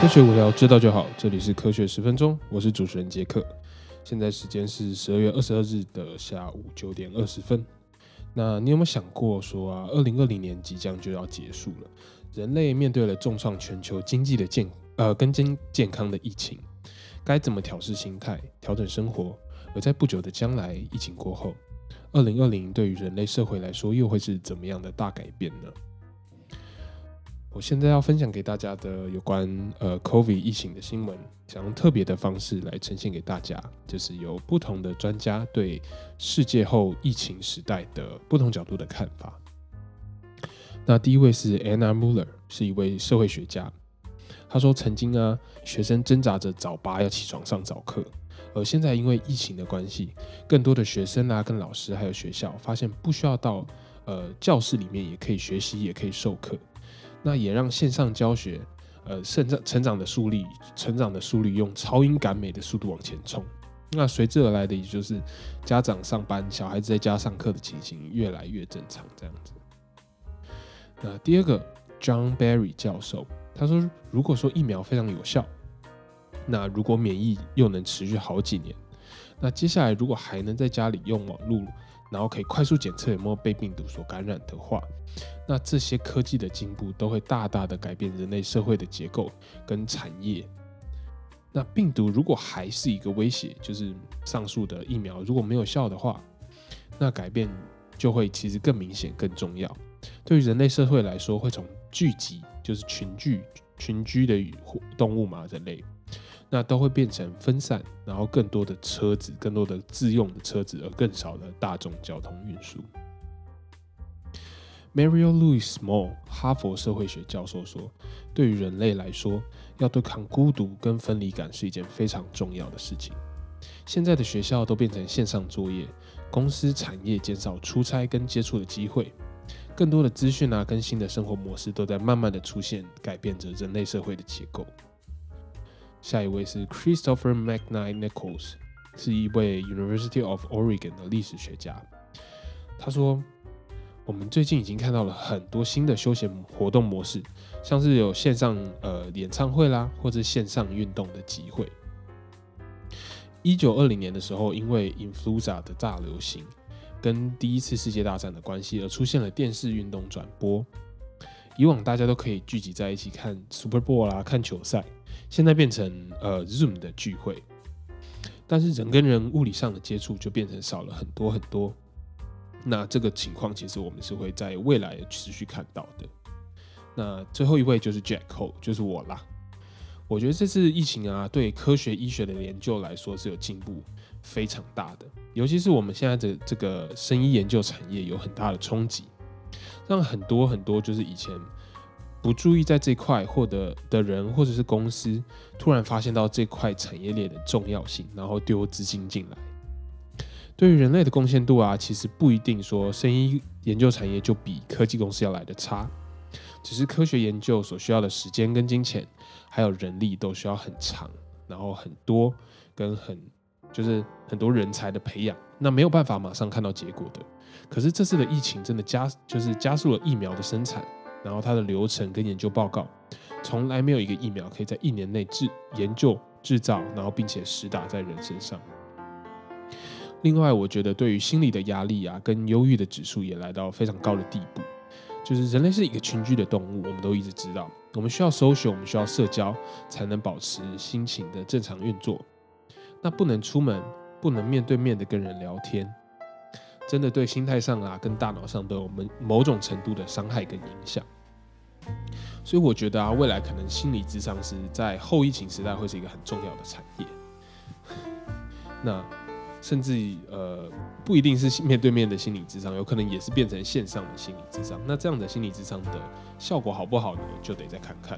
学无聊，知道就好。这里是科学10分钟，我是主持人杰克。现在时间是12月22日的下午9点20分。那你有没有想过说啊，2020年即将就要结束了，人类面对了重创全球经济的跟健康的疫情，该怎么调试心态，调整生活？而在不久的将来，疫情过后，2020对于人类社会来说又会是怎么样的大改变呢？我现在要分享给大家的有关COVID 疫情的新闻，想用特别的方式来呈现给大家，就是有不同的专家对世界后疫情时代的不同角度的看法。那第一位是 Anna Muller， 是一位社会学家。他说，曾经学生挣扎着早8要起床上早课，而现在因为疫情的关系，更多的学生跟老师还有学校发现不需要到教室里面也可以学习，也可以授课。那也让线上教学，成长的速率用超英赶美的速度往前冲。那随之而来的，也就是家长上班，小孩子在家上课的情形越来越正常这样子。那第二个 John Barry 教授，他说，如果说疫苗非常有效，那如果免疫又能持续好几年，那接下来如果还能在家里用网络，然后可以快速检测有没有被病毒所感染的话，那这些科技的进步都会大大的改变人类社会的结构跟产业。那病毒如果还是一个威胁，就是上述的疫苗如果没有效的话，那改变就会其实更明显更重要。对于人类社会来说，会从聚集，就是群居的动物嘛，人类，那都会变成分散，然后更多的车子，更多的自用的车子，而更少的大众交通运输。Mario Lewis Small 哈佛社会学教授说，对于人类来说，要对抗孤独跟分离感是一件非常重要的事情。现在的学校都变成线上作业，公司产业减少出差跟接触的机会，更多的资讯跟新的生活模式都在慢慢的出现，改变着人类社会的结构。下一位是 Christopher McKnight Nichols， 是一位 University of Oregon 的历史学家。他说，我们最近已经看到了很多新的休闲活动模式，像是有线上演唱会啦，或者线上运动的机会。1920年的时候，因为 Influenza 的大流行跟第一次世界大战的关系，而出现了电视运动转播。以往大家都可以聚集在一起看 Super Bowl 啦，看球赛，现在变成Zoom 的聚会，但是人跟人物理上的接触就变成少了很多很多。那这个情况其实我们是会在未来持续看到的。那最后一位就是 Jack Ho， 就是我啦。我觉得这次疫情对科学医学的研究来说是有进步非常大的，尤其是我们现在的这个生医研究产业有很大的冲击，让很多很多就是以前不注意在这块的人或者是公司，突然发现到这块产业链的重要性，然后丢资金进来。对于人类的贡献度其实不一定说生医研究产业就比科技公司要来的差，只是科学研究所需要的时间跟金钱，还有人力都需要很长，然后很多跟就是很多人才的培养，那没有办法马上看到结果的。可是这次的疫情真的加速了疫苗的生产，然后它的流程跟研究报告，从来没有一个疫苗可以在1年内研究制造，然后并且实打在人身上。另外，我觉得对于心理的压力跟忧郁的指数也来到非常高的地步。就是人类是一个群居的动物，我们都一直知道，我们需要 social， 我们需要社交，才能保持心情的正常运作。那不能出门，不能面对面的跟人聊天，真的对心态上跟大脑上都有某种程度的伤害跟影响。所以我觉得未来可能心理咨商是在后疫情时代会是一个很重要的产业。那甚至不一定是面对面的心理咨商，有可能也是变成线上的心理咨商。那这样的心理咨商的效果好不好呢？就得再看看。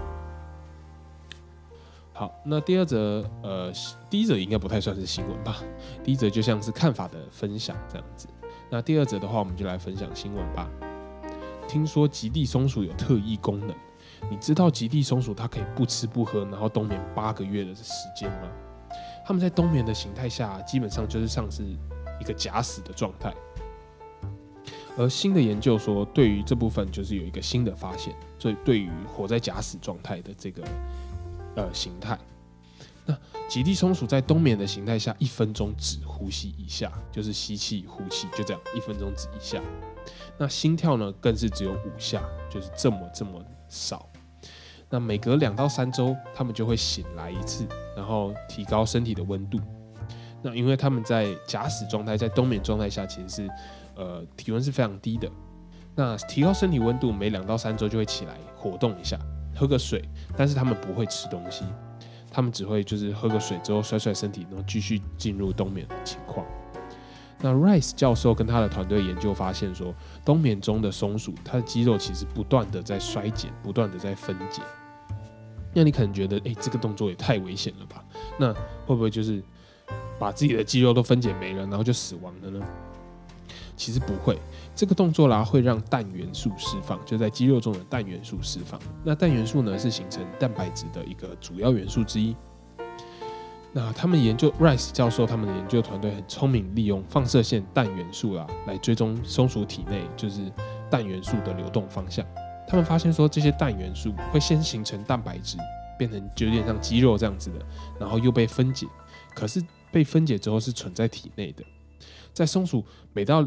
好，那第一则应该不太算是新闻吧。第一则就像是看法的分享这样子。那第二则的话，我们就来分享新闻吧。听说极地松鼠有特异功能，你知道极地松鼠它可以不吃不喝，然后冬眠8个月的时间吗？他们在冬眠的形态下，基本上就是像是一个假死的状态。而新的研究说，对于这部分就是有一个新的发现，所以对于活在假死状态的形态。那极地松鼠在冬眠的形态下，1分钟只呼吸一下，就是吸气呼气，就这样1分钟只一下。那心跳呢，更是只有5下，就是这么少。那每隔2到3周，他们就会醒来一次，然后提高身体的温度。那因为他们在假死状态，在冬眠状态下，其实是体温是非常低的。那提高身体温度，每2到3周就会起来活动一下，喝个水，但是他们不会吃东西。他们只会就是喝个水之后甩甩身体，然后继续进入冬眠的情况。那 Rice 教授跟他的团队研究发现说，冬眠中的松鼠，它的肌肉其实不断的在衰减，不断的在分解。那你可能觉得，这个动作也太危险了吧？那会不会就是把自己的肌肉都分解没了，然后就死亡了呢？其实不会，这个动作啦会让氮元素释放，就在肌肉中的氮元素释放。那氮元素呢是形成蛋白质的一个主要元素之一。那他们研究 Rice 教授他们的研究团队很聪明，利用放射线氮元素啦来追踪松鼠体内就是氮元素的流动方向。他们发现说，这些氮元素会先形成蛋白质，变成就有点像肌肉这样子的，然后又被分解。可是被分解之后是存在体内的。在松鼠每隔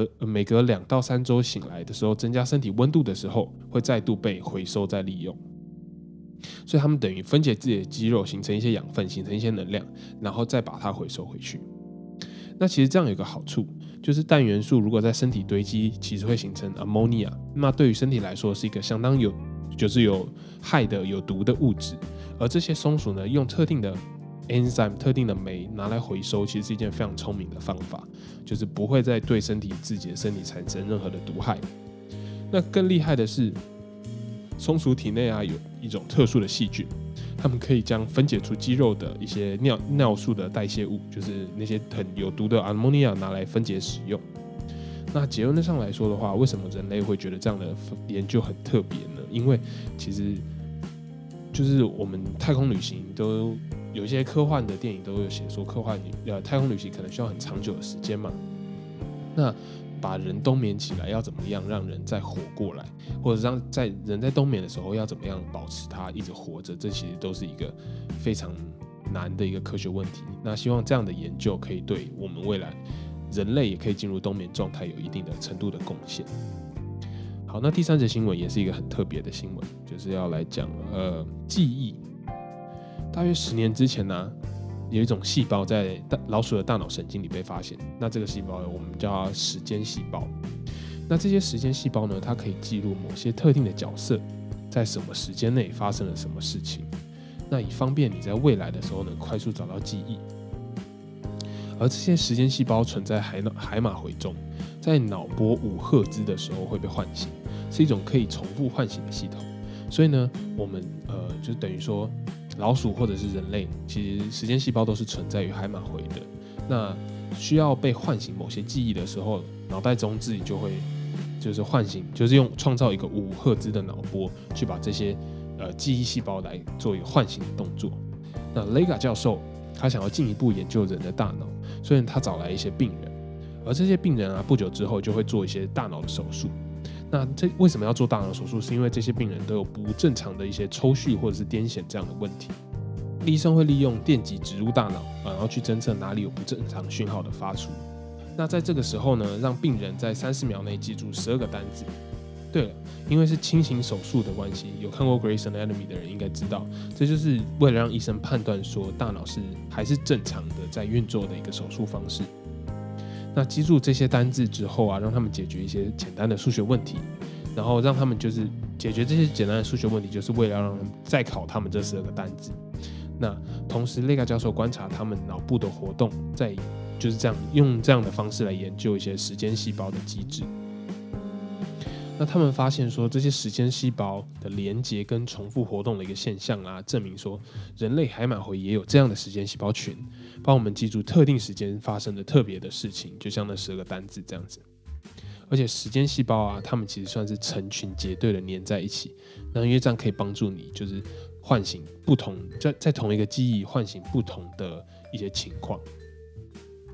2到3周醒来的时候，增加身体温度的时候，会再度被回收再利用。所以他们等于分解自己的肌肉，形成一些养分，形成一些能量，然后再把它回收回去。那其实这样有一个好处，就是氮元素如果在身体堆积，其实会形成 ammonia， 那对于身体来说是一个相当有害的有毒的物质。而这些松鼠呢，用特定的 enzyme 特定的酶拿来回收，其实是一件非常聪明的方法，就是不会再对自己的身体产生任何的毒害。那更厉害的是，松鼠体内有一种特殊的细菌，它们可以将分解出肌肉的一些尿素的代谢物，就是那些很有毒的 ammonia 拿来分解使用。那结论上来说的话，为什么人类会觉得这样的研究很特别呢？因为其实就是我们太空旅行都有一些科幻的电影都有写说，太空旅行可能需要很长久的时间嘛。那把人冬眠起来要怎么样让人再活过来，或者让人在冬眠的时候要怎么样保持他一直活着，这其实都是一个非常难的一个科学问题。那希望这样的研究可以对我们未来人类也可以进入冬眠状态有一定的程度的贡献。好，那第3则新闻也是一个很特别的新闻，就是要来讲记忆。大约10年之前呢，有一种细胞在老鼠的大脑神经里被发现。那这个细胞我们叫它时间细胞。那这些时间细胞呢，它可以记录某些特定的角色在什么时间内发生了什么事情，那以方便你在未来的时候呢快速找到记忆。而这些时间细胞存在海马回中，在脑波5赫兹的时候会被唤醒，是一种可以重复唤醒的系统。所以呢，我们就等于说，老鼠或者是人类，其实时间细胞都是存在于海马回的。那需要被唤醒某些记忆的时候，脑袋中自己就会就是唤醒，就是用创造一个5赫兹的脑波，去把这些记忆细胞来做一个唤醒的动作。那 Lega 教授他想要进一步研究人的大脑，所以他找来一些病人，而这些病人不久之后就会做一些大脑的手术。那这为什么要做大脑手术？是因为这些病人都有不正常的一些抽搐或者是癫痫这样的问题。医生会利用电极植入大脑，然后去侦测哪里有不正常讯号的发出。那在这个时候呢，让病人在30秒内记住12个单字。对了，因为是轻型手术的关系，有看过 Grey's Anatomy 的人应该知道，这就是为了让医生判断说大脑还是正常的在运作的一个手术方式。那记住这些单字之后让他们解决一些简单的数学问题，然后让他们就是解决这些简单的数学问题，就是为了让他们再考他们这12个单字。那同时Lega教授观察他们脑部的活动，就是这样用这样的方式来研究一些时间细胞的机制。那他们发现说，这些时间细胞的连结跟重复活动的一个现象证明说人类海马回也有这样的时间细胞群，帮我们记住特定时间发生的特别的事情，就像那12个单字这样子。而且时间细胞它们其实算是成群结队的粘在一起，那因为这样可以帮助你就是唤醒不同在同一个记忆唤醒不同的一些情况。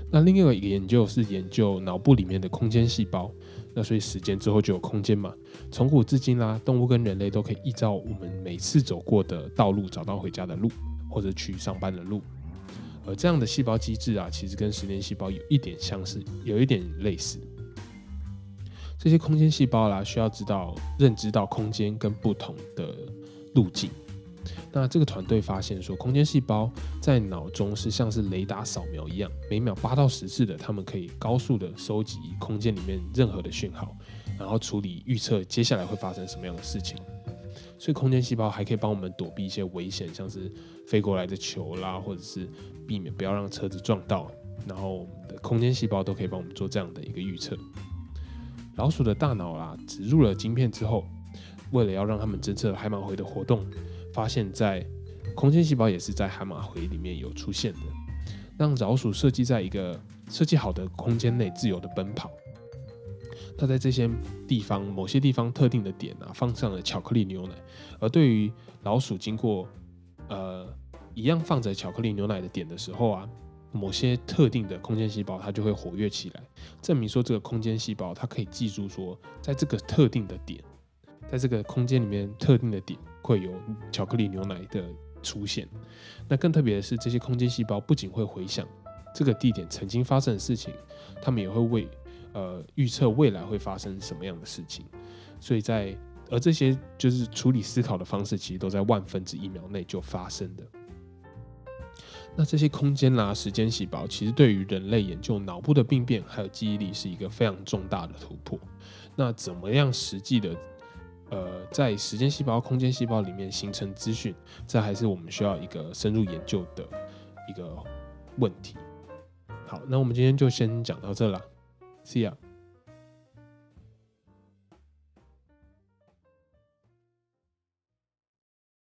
那另外一个研究是研究脑部里面的空间细胞。那所以时间之后就有空间嘛，从古至今啦，动物跟人类都可以依照我们每次走过的道路找到回家的路，或者去上班的路。而这样的细胞机制啊，其实跟时间细胞有一点相似，有一点类似。这些空间细胞啦，需要认知到空间跟不同的路径。那这个团队发现说，空间细胞在脑中是像是雷达扫描一样，每秒8到10次的，它们可以高速的收集空间里面任何的讯号，然后处理预测接下来会发生什么样的事情。所以空间细胞还可以帮我们躲避一些危险，像是飞过来的球啦，或者是避免不要让车子撞到，然后我们的空间细胞都可以帮我们做这样的一个预测。老鼠的大脑啦，植入了晶片之后，为了要让它们侦测海马回的活动，发现在空间细胞也是在海马回里面有出现的，让老鼠设计在一个设计好的空间内自由的奔跑。它在这些地方，某些地方特定的点啊，放上了巧克力牛奶，而对于老鼠经过一样放着巧克力牛奶的点的时候啊，某些特定的空间细胞它就会活跃起来，证明说这个空间细胞它可以记住说，在这个特定的点，在这个空间里面特定的点会有巧克力牛奶的出现。那更特别的是，这些空间细胞不仅会回想这个地点曾经发生的事情，它们也会预测未来会发生什么样的事情。所以而这些就是处理思考的方式，其实都在1/1000秒内就发生的。那这些空间啦、时间细胞，其实对于人类研究脑部的病变还有记忆力是一个非常重大的突破。那怎么样实际的在时间细胞、空间细胞里面形成资讯，这还是我们需要一个深入研究的一个问题。好，那我们今天就先讲到这啦，See ya。